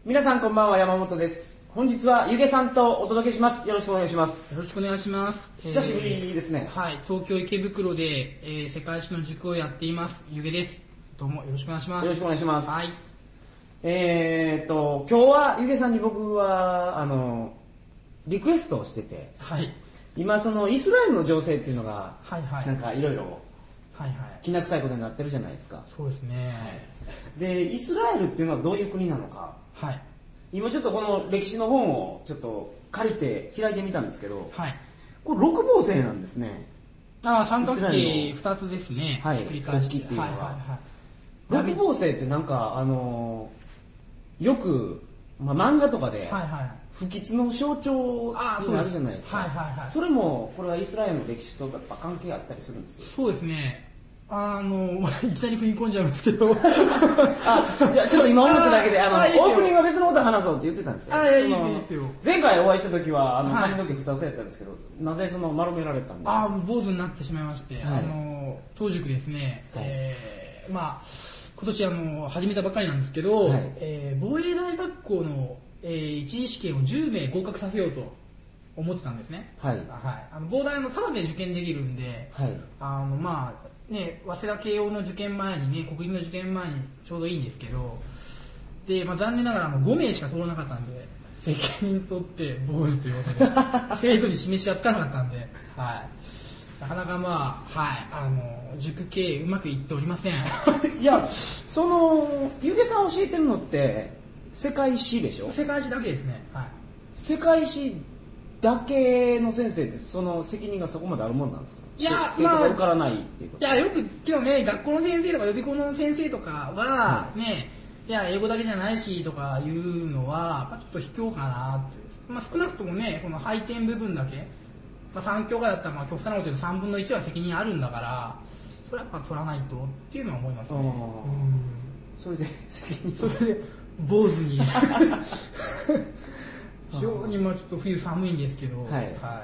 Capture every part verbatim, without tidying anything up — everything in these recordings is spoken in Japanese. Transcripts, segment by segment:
皆さんこんばんは、山本です。本日はゆげさんとお届けします。よろしくお願いします。 よろしくお願いします。 久しぶりですね。 えー、はい、東京池袋で、えー、世界史の塾をやっていますゆげです。どうもよろしくお願いします。 よろしくお願いします。 はい。 えーと今日はゆげさんに僕はあのリクエストをしてて、 はい。 今そのイスラエルの情勢っていうのが、 はいはい。 なんかいろいろはいはい。 きな臭いことになってるじゃないですか。 そうですね。 で、イスラエルっていうのはどういう国なのか。 はい。 今ちょっとこの歴史の本をちょっと借りて開いてみたんですけど、 はい。 これ六芒星なんですね。 ああ、三角形二つですね。 はい。 繰り返して国旗っていうのは。 はいはいはい。 六芒星ってなんかあのー、よく、まあ、漫画とかで、 はいはい。 不吉の象徴になるじゃないですか。 はいはいはい。 それもこれはイスラエルの歴史とやっぱ関係あったりするんですよ。 そうですね。あのいきなり踏み込んじゃうんですけどあ、じゃあちょっと今思っただけで、あのあいいよオープニングは別のこと話そうって言ってたんですよ。 あ、いや、いいですいいですよ。 前回お会いした時はあのはい髪の毛ふさふさやったんですけど、なぜその丸められたんですか。 ああ、坊主になってしまいまして、 はい、 あの当塾ですね、 はい、 えー、まあ今年あの始めたばかりなんですけど、はい、えー、防衛大学校の、えー、一次試験をじゅうめい合格させようと思ってたんですね。はい、はい、あの防大のただで受験できるんで、はい、あのまあね、早稲田慶応の受験前にね、国立の受験前にちょうどいいんですけど、で、まあ、残念ながらあのごめいしか通らなかったんで、責任取って坊主ということで生徒に示しがつかなかったんで、はい、なかなかまあ、はい、あの塾経営うまくいっておりませんいや、そのゆげさん教えてるのって世界史でしょ。 世界史だけですね、はい、 世界史だけの先生ってその責任がそこまであるもんなんですか。 いや、 生徒が受からないっていうこと。 いや、よく今日ね、学校の先生とか予備校の先生とかはね、はい、いや英語だけじゃないしとかいうのは、まあ、ちょっと卑怯かなって、まあ、少なくともね、その配点部分だけ、まあ、さん教科だったらまあ極端なこと言うとさんぶんのいちは責任あるんだから、それはやっぱ取らないとっていうのは思いますね。うん、 それで責任それで坊主に非常にまあちょっと冬寒いんですけど、はいはい、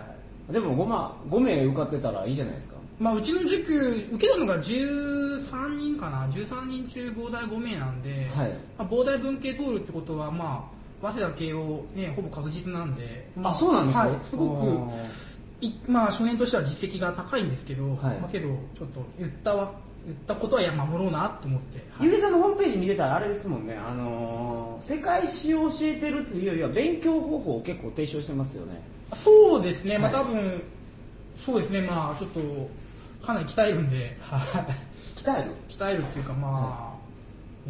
でも ご, まごめい受かってたらいいじゃないですか。 まあ、うちの塾受けたのがじゅうさんにんかな、じゅうさんにん中防大ごめいなんで、はい、まあ、防大文系通るってことは、まあ、早稲田慶応、ね、ほぼ確実なんで、まあ、 あ、そうなんですね、はい、 すごくい、まあ、初年としては実績が高いんですけど、はい、まあ、けどちょっと言ったわ言ったことはや守ろうなと思って、 ゆげさんのホームページ見てたらあれですもんね、あのー、世界史を教えてるというよりは勉強方法を結構提唱してますよね。 そうですね、まあ、多分そうですね、まあちょっとかなり鍛えるんで鍛える鍛えるっていうか、まあ、はい、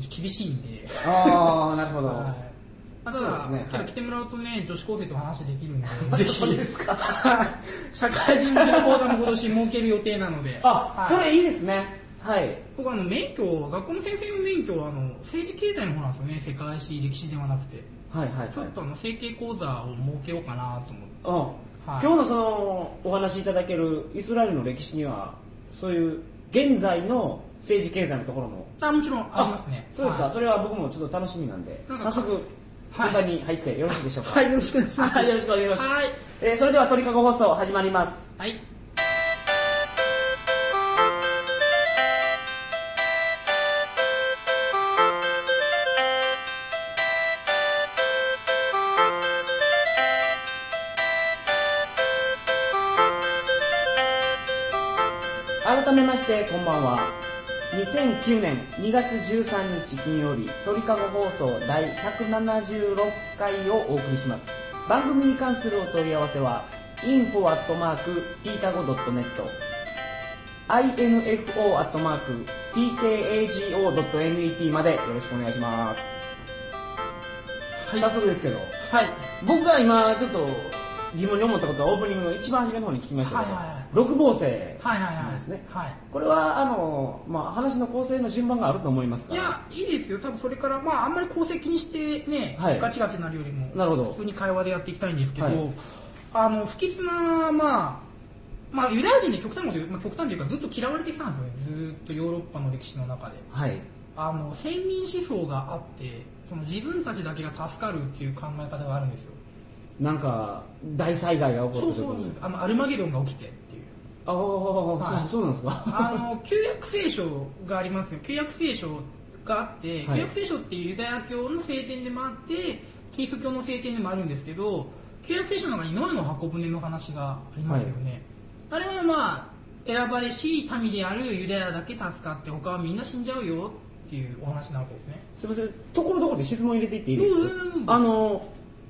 厳しいんでああ、なるほど、はい、 まあ、ただ、ね、はい、けど来てもらうとね、女子高生と話できるんでぜひそうですか社会人向けの講座も今年設ける予定なのであ、はい、それいいですね。はい、 僕はあの免許、学校の先生の免許はあの政治経済の方なんですよね、世界史歴史ではなくて、はいはいはい、ちょっとあの整形講座を設けようかなと思って、 あ、はい、今日のそのお話しいただけるイスラエルの歴史にはそういう現在の政治経済のところもあ、もちろんありますね。 そうですか、はい、それは僕もちょっと楽しみなんで、早速本題に入ってよろしいでしょうか。 はい、はい、よろしくお願いします。 よろしくお願いします。 はい、 えー、それでは鳥かご放送始まります。 はい。 改めましてこんばんは。にせんきゅうねんにがつじゅうさんにち金曜日、鳥かご放送だいひゃくななじゅうろっかいをお送りします。番組に関するお問い合わせは インフォ アットマーク ティータゴ ドットネット インフォ アットマーク ティーケーエージーオー ドットネット までよろしくお願いします。はい、早速ですけど、はい、僕が今ちょっと疑問に思ったことはオープニングの一番初めの方に聞きましたけど、はいはいはい、六芒星なんですね。これはあの、まあ、話の構成の順番があると思いますか。 いや、いいですよ。多分それから、まあ、あんまり構成気にしてね、はい、ガチガチになるよりも、なるほど、普通に会話でやっていきたいんですけど、はい、あの不吉な、まあまあ、ユダヤ人で極端なこと言う、まあ、極端というかずっと嫌われてきたんですよね、ずっとヨーロッパの歴史の中で、はい、あの先民思想があって、その自分たちだけが助かるっていう考え方があるんですよ。 なんか大災害が起こった時に、 そうそう、あのアルマゲドンが起きてっていう、 ああ、はい、そう、そうなんですか。 あの旧約聖書がありますよ。旧約聖書があって、旧約聖書っていうユダヤ教の聖典でもあってキリスト教の聖典でもあるんですけど、旧約聖書の中にノアの箱舟の話がありますよね、はい、あれはまあ選ばれし民であるユダヤだけ助かって他はみんな死んじゃうよっていうお話なわけですね。 すみません、ところどころで質問入れていっていいですか。あの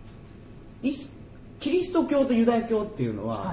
キリスト教とユダヤ教っていうのは、はいはい、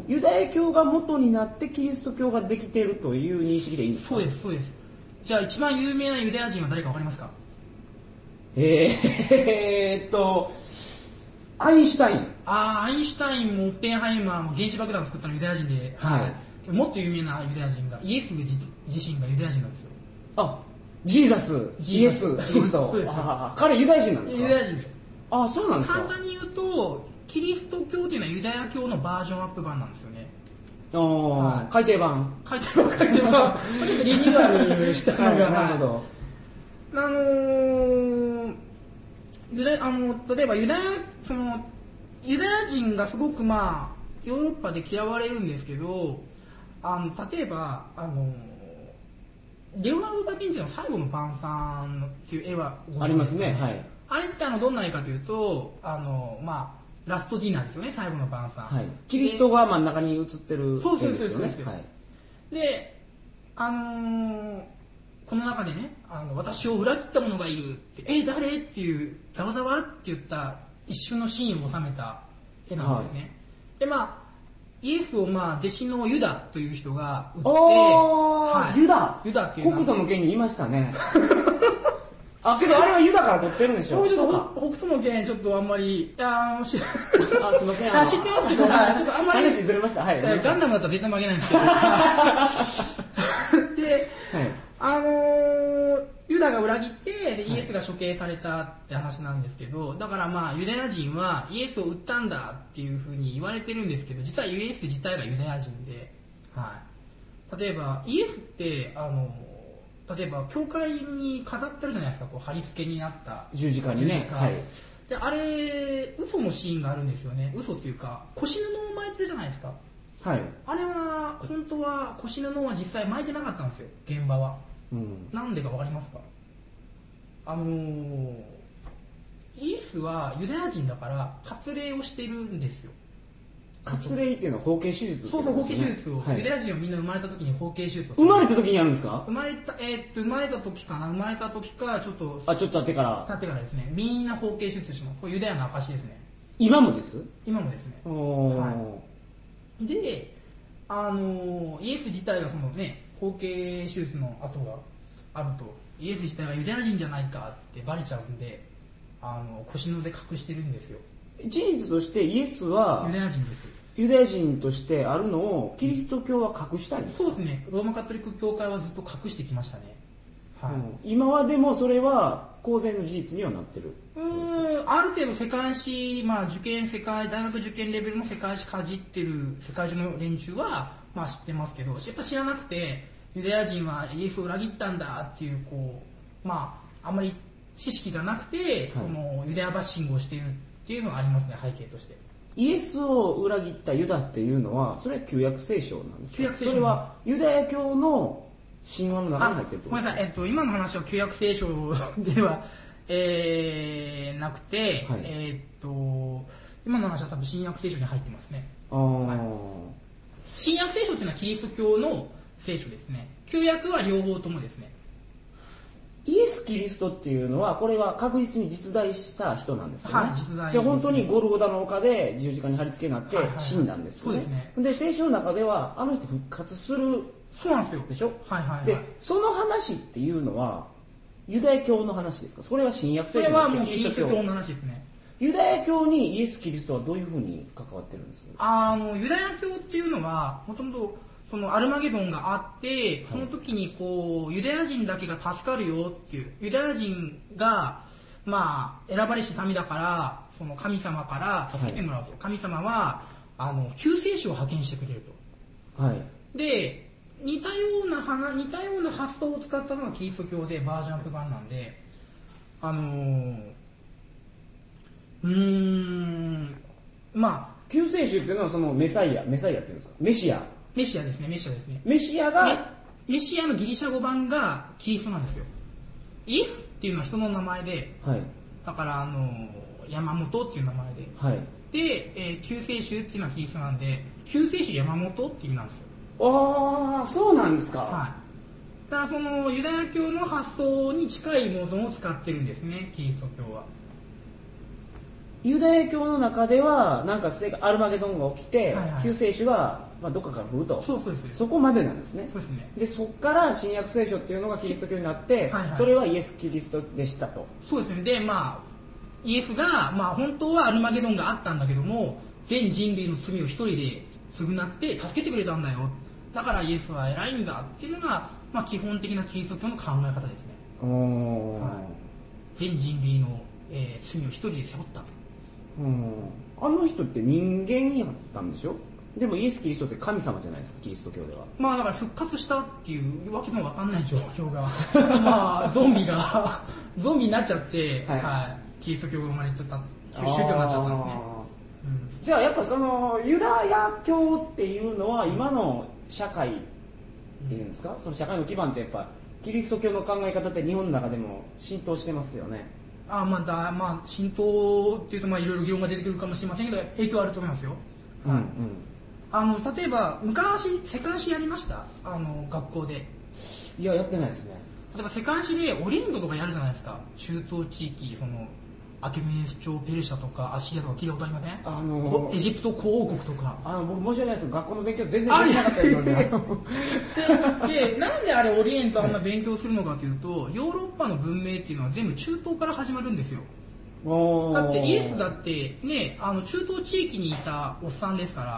ユダヤ教が元になってキリスト教ができているという認識でいいんですか。 そうですそうです。じゃあ一番有名なユダヤ人は誰か分かりますか。 えー、えーっとアインシュタイン。 ああ、アインシュタインもオッペンハイマーも原子爆弾を作ったのユダヤ人で、はい、もっと有名なユダヤ人がイエス自身がユダヤ人なんですよ。 あ、ジーザス、イエス、キリスト。彼ユダヤ人なんですか。 ユダヤ人です。 あ、そうなんですか。 簡単に言うとキリスト教というのはユダヤ教のバージョンアップ版なんですよね。 はい、改訂版。 改訂版、改訂版。ちょっとリニューアルしたのが、なるほど。あのー、ユダあの例えばユダヤそのユダヤ人がすごくまあヨーロッパで嫌われるんですけど、あの例えばあのレオナルド・ダ・ヴィンチの最後の晩餐っていう絵はありますね。はい。 あれってあのどんな絵かというと、あのまあラストディナーですよね、最後の晩餐。 はい、キリストが真ん中に写ってる絵ですよね。 で、あのー、この中でね、あの私を裏切った者がいるって、え誰っていうざわざわって言った一瞬のシーンを収めた絵なんですね。はい、でまあイエスをまあ弟子のユダという人が撃って、 はい、ユダ、 ユダっていう北斗の拳にいましたね。あ、けどあれはユダから取ってるんでしょ。 そうか。北斗の拳ちょっとあんまり、ああ、すいません。 あ、知ってますけど、ちょっとあんまり話ずれました。はい。 ガンダムだったら絶対負けないんですけど。で、はい、あのー、ユダが裏切ってでイエスが処刑されたって話なんですけど、だからまあユダヤ人はイエスを撃ったんだっていうふうに言われてるんですけど、実はイエス自体がユダヤ人で、はい。例えばイエスってあのー。例えば教会に飾ってるじゃないですか、こう貼り付けになった十字架にね。はい、 であれ嘘のシーンがあるんですよね。嘘っていうか腰布を巻いてるじゃないですか。 はい。 あれは本当は腰布は実際巻いてなかったんですよ、現場は。うん、なんでかわかりますか。あのー、イエスはユダヤ人だから割礼をしてるんですよ。 割礼っていうのは包茎手術、ね、 そうそう、包茎手術を、はい、ユダヤ人はみんな生まれた時に包茎手術を生まれた時にやるんですか。 生まれた、えー、っと生まれた時かな、生まれた時かちょっとあちょっと経ってから経ってからですね、みんな包茎手術します。これユダヤの証ですね。 今もです。 今もですね。はい、で、あのイエス自体がそのね包茎手術の跡があるとイエス自体がユダヤ人じゃないかってバレちゃうんで、あの腰布で隠してるんですよ。 事実としてイエスはユダヤ人です。 ユダヤ人としてあるのをキリスト教は隠したいんですか。 そうですね。ローマカトリック教会はずっと隠してきましたね。 はい、うん、今はでもそれは公然の事実にはなってる。 うーん、ある程度世界史、まあ受験世界大学受験レベルの世界史かじってる世界中の連中はまあ知ってますけど、やっぱ知らなくてユダヤ人はイエスを裏切ったんだっていうこうまああんまり知識がなくて、はい、そのユダヤバッシングをしているっていうのがありますね、背景として。 イエスを裏切ったユダっていうのはそれは旧約聖書なんですか。それはユダヤ教の神話の中に入ってるってことですか。 ごめんなさい、えっと、今の話は旧約聖書では、えー、なくて、はい、えー、っと今の話は多分新約聖書に入ってますね。あ、はい、新約聖書っていうのはキリスト教の聖書ですね。旧約は両方ともですね。 イエス・キリストっていうのはこれは確実に実在した人なんですよね。 はい、実在ですね。 で本当にゴルゴダの丘で十字架に貼り付けになって死んだんですよね。はいはいはい、そうですね。で聖書の中ではあの人復活する。 そうなんですよ。 でしょ。 はいはいはい。 でその話っていうのはユダヤ教の話ですか。それは新約聖書。 それはもうキリスト教の話ですね。 ユダヤ教にイエス・キリストはどういうふうに関わってるんです。 あのユダヤ教っていうのはもともとそのアルマゲドンがあって、その時にこうユダヤ人だけが助かるよっていう、ユダヤ人がまあ選ばれし民だからその神様から助けてもらうと、はい、神様はあの救世主を派遣してくれると、はい、で似たような話似たような発想を使ったのがキリスト教でバージョンアップ版なんで、あのー、うーんまあ救世主っていうのはそのメサイアメサイアっていうんですか。メシアメシアですね、メシアですね。 メシアがメシアのギリシャ語版がキリストなんですよ。 イエスっていうのは人の名前で、はい、だからあの山本っていう名前で、はい、で、えー、救世主っていうのはキリストなんで、救世主山本っていう意味なんですよ。 ああ、そうなんですか。 はい。だからそのユダヤ教の発想に近いものを使ってるんですね、キリスト教は。 ユダヤ教の中ではなんかアルマゲドンが起きて、はいはい、救世主がまあどっかから降ると。 そうそうです。 そこまでなんですね。 そうですね。 で、そこから新約聖書っていうのがキリスト教になって、はいはい、それはイエス・キリストでしたと。 そうですね。で、まあイエスが、まあ、本当はアルマゲドンがあったんだけども、全人類の罪を一人で償って助けてくれたんだよ。だからイエスは偉いんだっていうのが、まあ、基本的なキリスト教の考え方ですね。おー、はい、全人類の、えー、罪を一人で背負ったと。 うん、あの人って人間やったんでしょ。でもイエス・キリストって神様じゃないですか、キリスト教では。 まあだから復活したっていうわけもわかんない状況がまあゾンビがゾンビになっちゃって、はい、はい、キリスト教が生まれちゃった、宗教になっちゃったんですね。 うん、じゃあやっぱそのユダヤ教っていうのは今の社会っていうんですか、うん、その社会の基盤ってやっぱキリスト教の考え方って日本の中でも浸透してますよね。 あ、まあだ、まあ、浸透っていうとまあいろいろ議論が出てくるかもしれませんけど、影響はあると思いますよ。うんうん、あの例えば昔世界史やりました？あの学校で。 いや、やってないですね。 例えば世界史でオリントとかやるじゃないですか。中東地域、そのアケメネス朝、ペルシャとかアシリアとか聞いたことありません？あのー、エジプト古王国とか。 あの僕申し訳ないですけど、学校の勉強全然できなかったですよね。 で, でなんであれオリエントあんな勉強するのかというと、ヨーロッパの文明っていうのは全部中東から始まるんですよ。だってイエスだってね、あの中東地域にいたおっさんですから、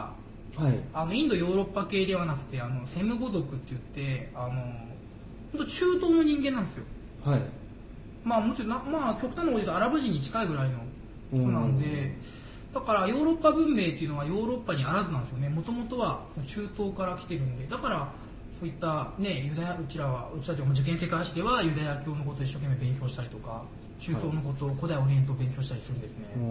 はい、あのインドヨーロッパ系ではなくて、あのセムゴ族って言って、あの本当中東の人間なんですよ。はい。まあもちろんな、まあ極端なこと言うとアラブ人に近いぐらいの人なんで、だからヨーロッパ文明っていうのはヨーロッパにあらずなんですよね。もともとは中東から来てるんで、だからそういったね、ユダヤ、うちらはうちらというか受験世界史ではユダヤ教のことを一生懸命勉強したりとか、中東のことを、古代オリエントを勉強したりするんですね。うん、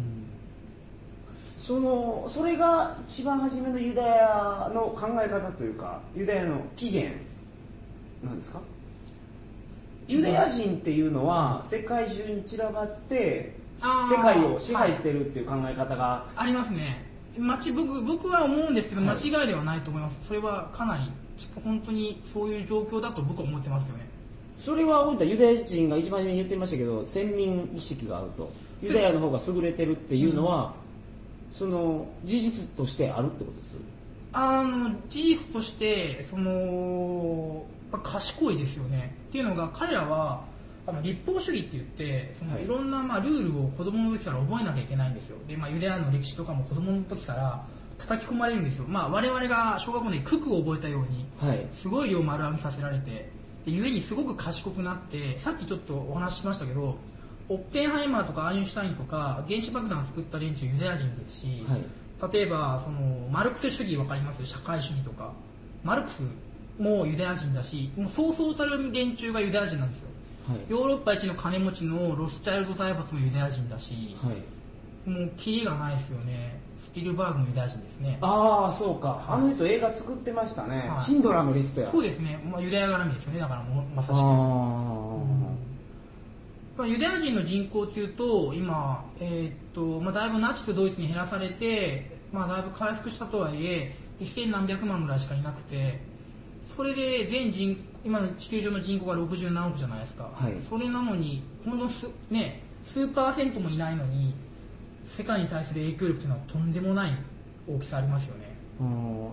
そのそれが一番初めのユダヤの考え方というか、ユダヤの起源なんですか？ユダヤ人っていうのは世界中に散らばって世界を支配してるっていう考え方が、はい、 ありますね。僕, 僕は思うんですけど、間違いではないと思います。それはかなり本当にそういう状況だと僕は思ってますよね。 それはユダヤ人が一番初めに言ってましたけど、先民意識があると、ユダヤの方が優れてるっていうのは、うん、その事実としてあるってことです。 あの事実としてその賢いですよね。っていうのが、彼らはあの立法主義って言って、そのいろんなまあルールを子供の時から覚えなきゃいけないんですよ。で、まあ、ユダヤの歴史とかも子供の時から叩き込まれるんですよ。まあ、我々が小学校で九九を覚えたように、はい、すごい量丸暗記させられて、で故にすごく賢くなって、さっきちょっとお話ししましたけど、オッペンハイマーとかアインシュタインとか原子爆弾を作った連中ユダヤ人ですし、はい、例えばそのマルクス主義わかります？社会主義とかマルクスもユダヤ人だし、もうそうそうたる連中がユダヤ人なんですよ。はい、ヨーロッパ一の金持ちのロスチャイルド財閥もユダヤ人だし、はい、もうキリがないですよね。スピルバーグもユダヤ人ですね。 ああ、そうか、はい、あの人映画作ってましたね、はい、シンドラーのリストや。 そうですね、まあ、ユダヤ絡みですよね。だからもうまさしく、あ、うんまあ、ユダヤ人の人口っていうと今、えーっとまあ、だいぶナチスドイツに減らされて、まあ、だいぶ回復したとはいえ一千何百万ぐらいしかいなくて、それで全人今の地球上の人口がろくじゅうなんおくじゃないですか、はい、それなのにほんの数、ね、数パーセントもいないのに世界に対する影響力というのはとんでもない大きさありますよね。 うん、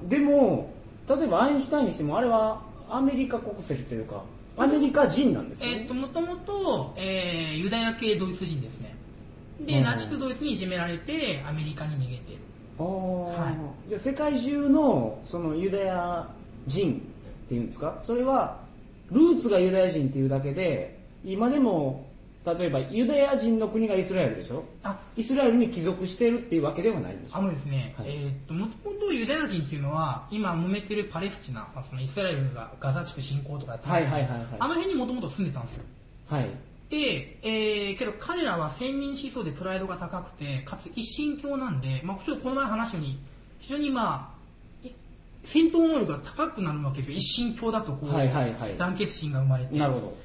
でも例えばアインシュタインにしてもあれはアメリカ国籍というかアメリカ人なんですよね。 えー、ともともと、えー、ユダヤ系ドイツ人ですね。で、ナチスドイツにいじめられてアメリカに逃げて、 あ、はい、じゃあ世界中のそのユダヤ人っていうんですか、それはルーツがユダヤ人っていうだけで、今でも例えばユダヤ人の国がイスラエルでしょ。あ、イスラエルに帰属してるっていうわけではないんでしょ。 あのですね、はい、えー、っともともとユダヤ人っていうのは今揉めてるパレスチナ、まあ、そのイスラエルがガザ地区侵攻とかやってます、ね、はいはいはいはい、あの辺にもともと住んでたんですよ。はい。で、えー、けど彼らは先民思想でプライドが高くて、かつ一神教なんで、まあ、ちょっとこの前話したように非常にまあ戦闘能力が高くなるわけですよ。一神教だとこう、はいはいはい、団結心が生まれて、なるほど。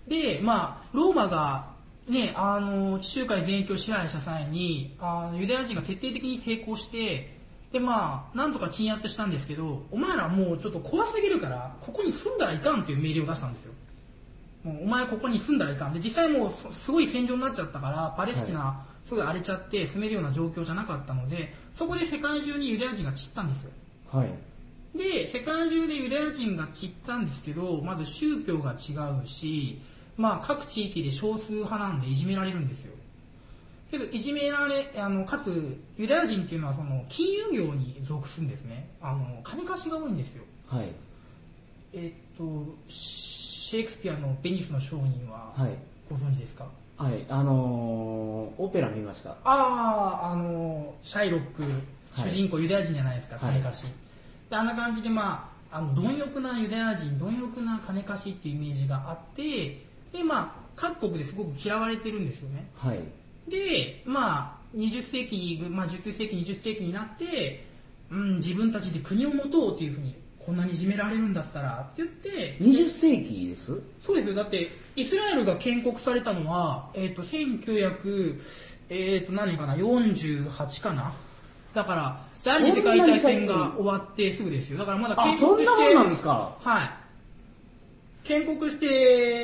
で、まあ、ローマが、ね、あの地中海全域を支配した際にあのユダヤ人が徹底的に抵抗してで、まあ、なんとか鎮圧したんですけど、お前らもうちょっと怖すぎるからここに住んだらいかんっていう命令を出したんですよ。もうお前ここに住んだらいかんで、実際もうすごい戦場になっちゃったからパレスチナ、はい、すごい荒れちゃって住めるような状況じゃなかったので、そこで世界中にユダヤ人が散ったんですよ。 はい、 で世界中でユダヤ人が散ったんですけど、まず宗教が違うし、まあ、各地域で少数派なんでいじめられるんですよ。けどいじめられあのかつユダヤ人っていうのはその金融業に属するんですね。あの金貸しが多いんですよ。 はい、 えっとシェイクスピアの「ベニスの商人」はご存知ですか？ はい、あのー、オペラ見ました。 ああ、あのシャイロック、主人公ユダヤ人じゃないですか、 はい、 金貸しで、あんな感じで、まあ、あの貪欲なユダヤ人、貪欲な金貸しっていうイメージがあって、で、まあ、各国ですごく嫌われてるんですよね。 はい、 で、まあ、にじゅっせいき、まあ、じゅうきゅうせいき、にじゅっせいきになって、うん、自分たちで国を持とうっていうふうに、こんなにいじめられるんだったらって言って、 にじゅっせいきです？ そうですよ。だって、イスラエルが建国されたのは、えっと、せんきゅうひゃく、えっと、何かな、よんじゅうはちかな。だから、第二次世界大戦が終わってすぐですよ。だからまだ建国して。 あ、そんなもんなんですか？ はい。建国して、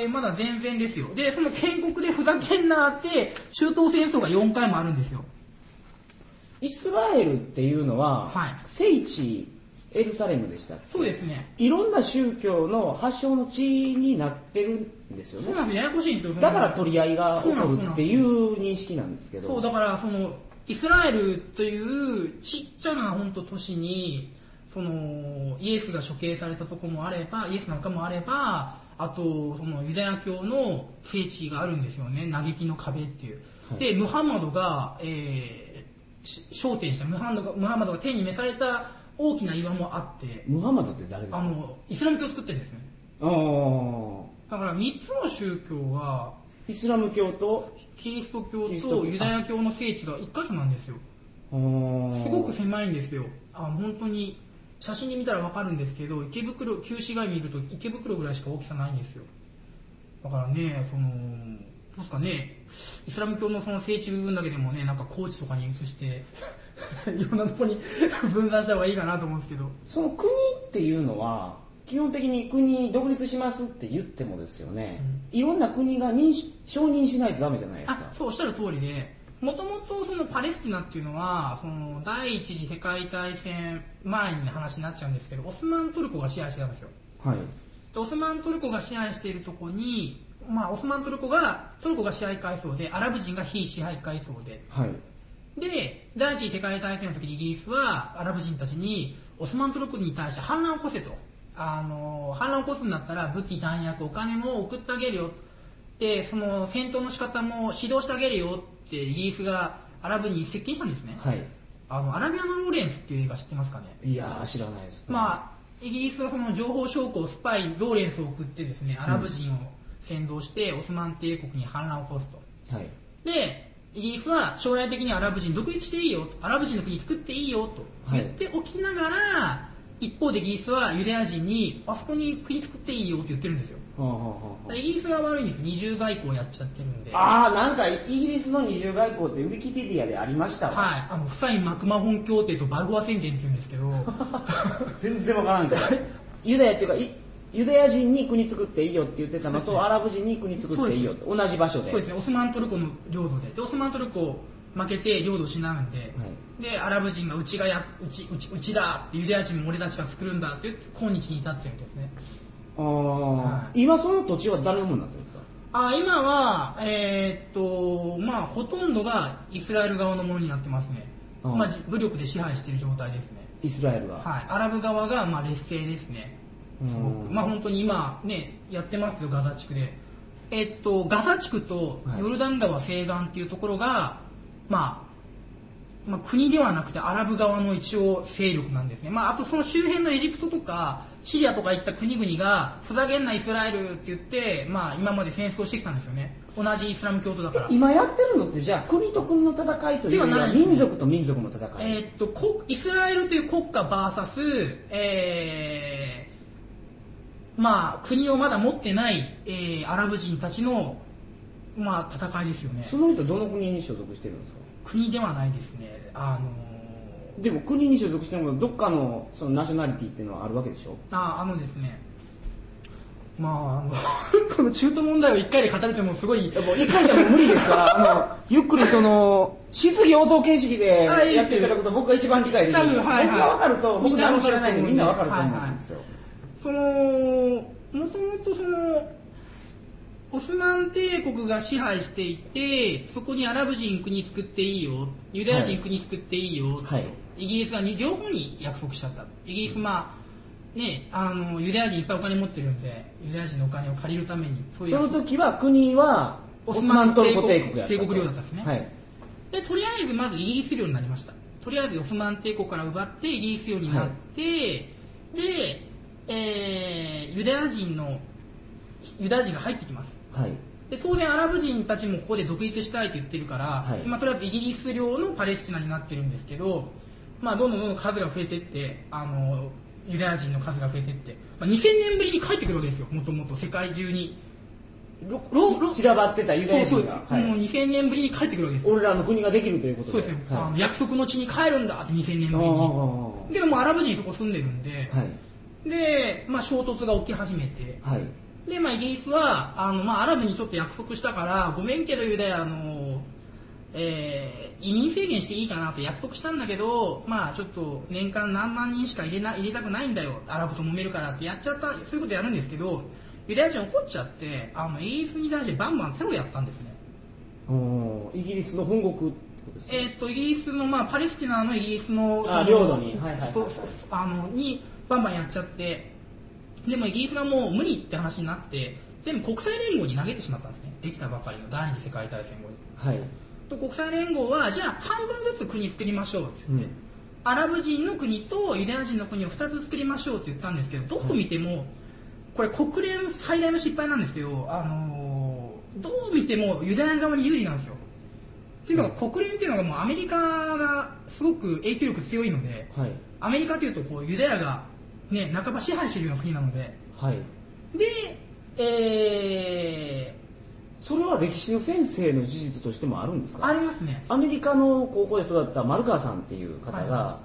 まだ全然ですよ。で、その建国でふざけんなって、中東戦争がよんかいもあるんですよ。 イスラエルっていうのは、はい、聖地エルサレムでしたっけ？ そうですね。 いろんな宗教の発祥の地になってるんですよね。 そうなんです。ややこしいんですよ。 だから取り合いが起こるっていう認識なんですけど。 そう、だからその、イスラエルというちっちゃな本当都市に、そのイエスが処刑されたとこもあれば、イエスなんかもあれば、あとそのユダヤ教の聖地があるんですよね。嘆きの壁っていう。はい、で、ムハンマドが、えー、焦点したムハンマドが、ムハンマドが天に召された大きな岩もあって。 ムハンマドって誰ですか？ あのイスラム教を作ってるんですね。 あだからみっつの宗教がイスラム教とキリスト教とユダヤ教の聖地が一箇所なんですよ。すごく狭いんですよ。あ、本当に写真で見たら分かるんですけど、池袋、旧市街見ると池袋ぐらいしか大きさないんですよ。だからね、そのどうですかね、イスラム教のその聖地部分だけでもね、なんか高知とかに移していろんなところに分散した方がいいかなと思うんですけど、 その国っていうのは基本的に国独立しますって言ってもですよね、うん、いろんな国が認し承認しないとダメじゃないですか。 あ、そうおっしゃる通りで、もともとそのパレスチナっていうのはその第一次世界大戦前に話になっちゃうんですけど、オスマントルコが支配してたんですよ。 はい、 でオスマントルコが支配しているところに、まあ、オスマントルコがトルコが支配階層で、アラブ人が非支配階層で、 はい、 で第一次世界大戦の時にイギリスはアラブ人たちにオスマントルコに対して反乱を起こせと、あの反乱を起こすんだったら武器弾薬お金も送ってあげるよで、その戦闘の仕方も指導してあげるよってイギリスがアラブに接近したんですね。 はい、 あのアラビアのローレンスっていう映画知ってますかね？ いやー知らないですね。 まあイギリスはその情報将校スパイローレンスを送ってですね、アラブ人を先導してオスマン帝国に反乱を起こすと、はい、でイギリスは将来的にアラブ人独立していいよと、アラブ人の国作っていいよと言っておきながら、はい、一方でイギリスはユダヤ人にあそこに国作っていいよって言ってるんですよ。はあはあ、イギリスが悪いんです。二重外交やっちゃってるんで。 ああ、なんかイギリスの二重外交ってウィキペディアでありましたわ。 はい、あのフサイン・マクマホン協定とバルフォア宣言って言うんですけど全然わからんけどユダヤっていうかユダヤ人に国作っていいよって言ってたのと、ね、アラブ人に国作っていいよって同じ場所で。 そうですね、オスマントルコの領土で、でオスマントルコ負けて領土を失うんで、はい、でアラブ人がうちがやうちうちうちだってユダヤ人も俺たちが作るんだって言って今日に至ってるんですね。 あ、はい、今その土地は誰のものになってるんですか？ あ、今はえー、っとまあほとんどがイスラエル側のものになってますね。あ、まあ、武力で支配している状態ですね、イスラエルが。 はい、アラブ側がまあ劣勢ですね。すごくまあ本当に今ねやってますけど、ガザ地区で、えっとガザ地区とヨルダン川西岸っていうところが、はい、まあまあ、国ではなくてアラブ側の一応勢力なんですね。まあ、あとその周辺のエジプトとかシリアとかいった国々がふざけんなイスラエルって言って、まあ、今まで戦争してきたんですよね。同じイスラム教徒だから。 今やってるのってじゃあ国と国の戦いというよりは民族と民族の戦い。 えー、っとイスラエルという国家 ブイエス、えまあ、国をまだ持ってない、えー、アラブ人たちの、まあ、戦いですよね。 その人どの国に所属してるんですか？ 国ではないですね。あのー、でも国に所属してもどっかのそのナショナリティっていうのはあるわけでしょ？ ああのですね、まあ、あのこの中東問題をいっかいで語るってもすごい、 もういっかいでも無理ですからあのゆっくりその質疑応答形式でやっていただくと僕が一番理解できる。多分、はいはい、僕が分かると僕何も知らないんでみんな分かると思うんですよ。 はいはい、そのもともとそのオスマン帝国が支配していて、そこにアラブ人国作っていいよ、ユダヤ人国作っていいよ、はい、イギリスが両方に約束しちゃった。イギリス、まあね、あのユダヤ人いっぱいお金持ってるんで、ユダヤ人のお金を借りるためにそういうその時は国はオスマントルコ帝国やった帝国領だったんですね、はい、でとりあえずまずイギリス領になりました。とりあえずオスマン帝国から奪ってイギリス領になって、はい、で、えー、ユダヤ人のユダヤ人が入ってきます、はい、で当然アラブ人たちもここで独立したいと言ってるから、はい、今とりあえずイギリス領のパレスチナになってるんですけど、まあ、どんどんどんどん数が増えていってあのユダヤ人の数が増えていって、まあ、にせんねんぶりに帰ってくるわけですよ。もともと世界中にロロ散らばってたユダヤ人がそうそう、はい、もうにせんねんぶりに帰ってくるわけです。 俺らの国ができるということで。 そうですね、はい、あの約束の地に帰るんだってにせんねんぶりに。けどもアラブ人そこ住んでるんで、はい、で、まあ、衝突が起き始めて、はい、で、まあ、イギリスはあの、まあ、アラブにちょっと約束したからごめんけどユダヤの、えー、移民制限していいかなと約束したんだけど、まあ、ちょっと年間何万人しか入れな入れたくないんだよ、アラブと揉めるからってやっちゃった。そういうことやるんですけど、ユダヤ人怒っちゃってあのイギリスに対してバンバンテロやったんですね。 おイギリスの本国ってことですね。 えー、っとイギリスの、まあ、パレスチナのイギリスのあ領土に、はいはい、 あのにバンバンやっちゃって、でもイギリスがもう無理って話になって全部国際連合に投げてしまったんですね。できたばかりの第二次世界大戦後に、はい、と国際連合はじゃあ半分ずつ国作りましょうって言って、うん、アラブ人の国とユダヤ人の国をふたつ作りましょうって言ったんですけど、どう見ても、はい、これ国連最大の失敗なんですけど、あのー、どう見てもユダヤ側に有利なんですよ。っていうのが国連っていうのがもうアメリカがすごく影響力強いので、はい、アメリカというとこうユダヤが、ね、半ば支配しているような国なので、はい、で、えー、それは歴史の先生の事実としてもあるんですか？ ありますね。 アメリカの高校で育った丸川さんっていう方が、はい、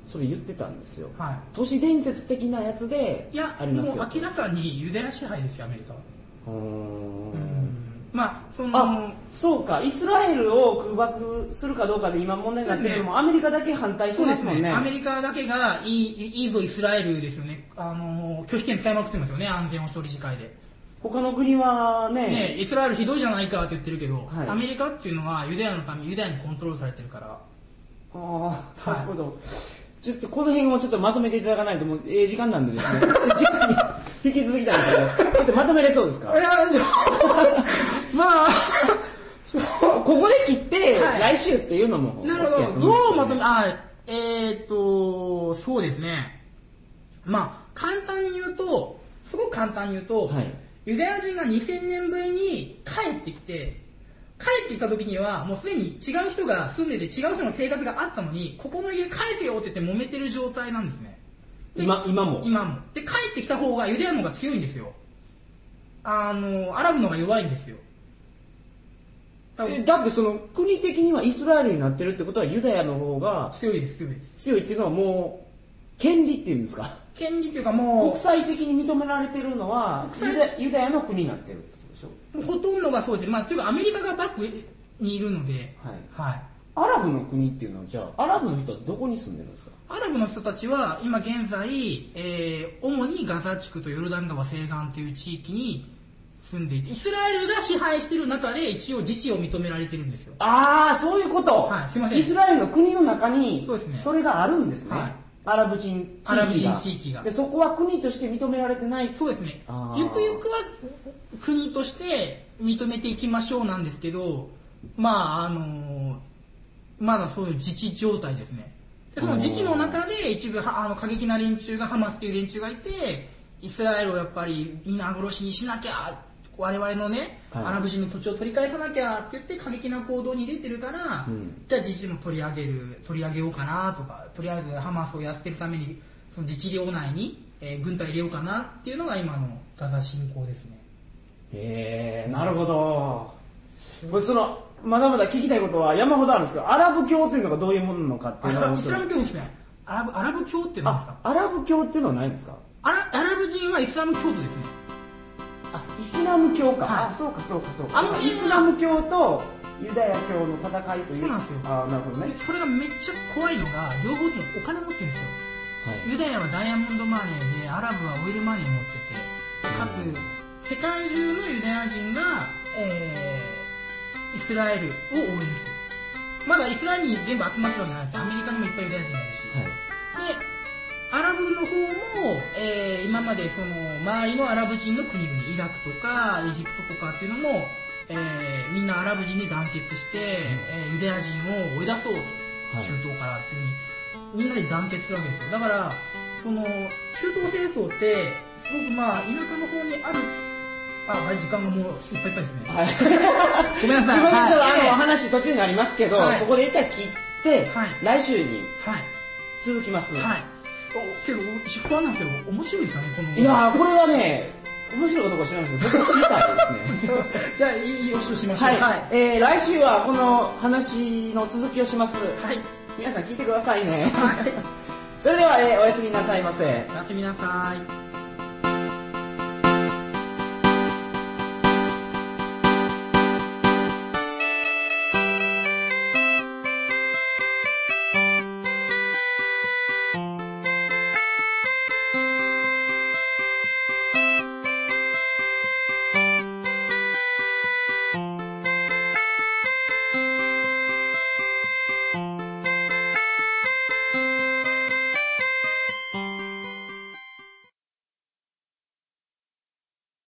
それ言ってたんですよ、はい、都市伝説的なやつでありますよ。 いやもう明らかにユダヤ支配ですよアメリカは。うーん、うんまあ、そのあそうか、イスラエルを空爆するかどうかで今問題になってるのも、ね、アメリカだけ反対してますもんね。 そうですね、アメリカだけがいい、いいぞイスラエルですよね。あの拒否権使いまくってますよね、安全保障理事会で。 他の国は ね, ねイスラエルひどいじゃないかって言ってるけど、はい、アメリカっていうのはユダヤのためユダヤにコントロールされてるから。ああ、なるほど、はい、ちょっとこの辺をちょっとまとめていただかないともうええ時間なんでですね時間に引き続きたいんですけど、だってまとめれそうですか？いやまあここで切って、はい、来週っていうのも、 なるほど、どうまとめあえー、っとそうですね、まあ簡単に言うとすごく簡単に言うと、はい、ユダヤ人がにせんねんぶりに帰ってきて帰ってきた時にはもうすでに違う人が住んでて違う人の生活があったのに、ここの家返せよって言って揉めてる状態なんですね。 今, 今も今もで帰ってきた方がユダヤの方が強いんですよ。あのアラブの方が弱いんですよ。 えだってその国的にはイスラエルになってるってことはユダヤの方が強いです強いです強いっていうのはもう権利っていうんですか？ 権利っていうかもう国際的に認められてるのはユダ、ユダヤの国になってるってことでしょ？ もうほとんどがそうです。まあというかアメリカがバックにいるので、 はい、はい、アラブの国っていうのはじゃあアラブの人はどこに住んでるんですか？ アラブの人たちは今現在、えー、主にガザ地区とヨルダン川西岸という地域に住んでいて、イスラエルが支配している中で一応自治を認められてるんですよ。 ああ、そういうこと、 はい、すいません。 イスラエルの国の中にそうですね、 それがあるんですね、はい、アラブ人地域が。 アラブ人地域がでそこは国として認められてない。 そうですね、ゆくゆくは国として認めていきましょうなんですけど、まああのー、まだそういう自治状態ですね。でその自治の中で一部あの過激な連中がハマスという連中がいて、イスラエルをやっぱり皆殺しにしなきゃ、我々のね、はい、アラブ人の土地を取り返さなきゃって言って過激な行動に出てるから、うん、じゃあ自治も取り上げる取り上げようかなとか、とりあえずハマスをやってるためにその自治領内にえー、軍隊入れようかなっていうのが今のガザ侵攻ですね。 へえ、なるほど。これそのまだまだ聞きたいことは山ほどあるんですけど、アラブ教というのがどういうものなのかっていうのを。 イスラム教ですね。アラブアラブ教って何ですか？ アラブ教っていうのはないんですか？ アラアラブ人はイスラム教徒ですね。 あ、イスラム教か。はい、あ、そうかそうかそうか。あのイスラム教とユダヤ教の戦いという。 そうなんですよ。 あ、なるほどね。 それがめっちゃ怖いのが、両方ともお金持ってるんですよ。はい、ユダヤはダイヤモンドマネーで、アラブはオイルマネー持ってて、かつ、うん、世界中のユダヤ人が、えー、イスラエルを応援する。まだイスラエルに全部集まってるわけじゃないです。アメリカにもいっぱいユダヤ人がいるし。はい、で、アラブの方も、えー、今までその周りのアラブ人の国々、イラクとかエジプトとかっていうのも、えー、みんなアラブ人で団結して、えー、ユダヤ人を追い出そうと、はい、中東からっていうふうにみんなで団結するわけですよ。だからその中東戦争ってすごくまあ田舎の方にある。あ、はい、時間がもういっぱいいっぱいですね。はい、ごめんなさい。すみません、ちょっとあの、話途中になりますけど、はい、ここで一回切って、はい、来週に続きます。はい。はい、けど不安なんですけど面白いですかね、この。いやー、これはね面白いかどうか知らないですけど僕は知りたいですね。じゃあいいよしとしましょう。はい、はい、えー、来週はこの話の続きをします。はい、皆さん聞いてくださいね。はい、それでは、えー、おやすみなさいませ。おやすみなさい。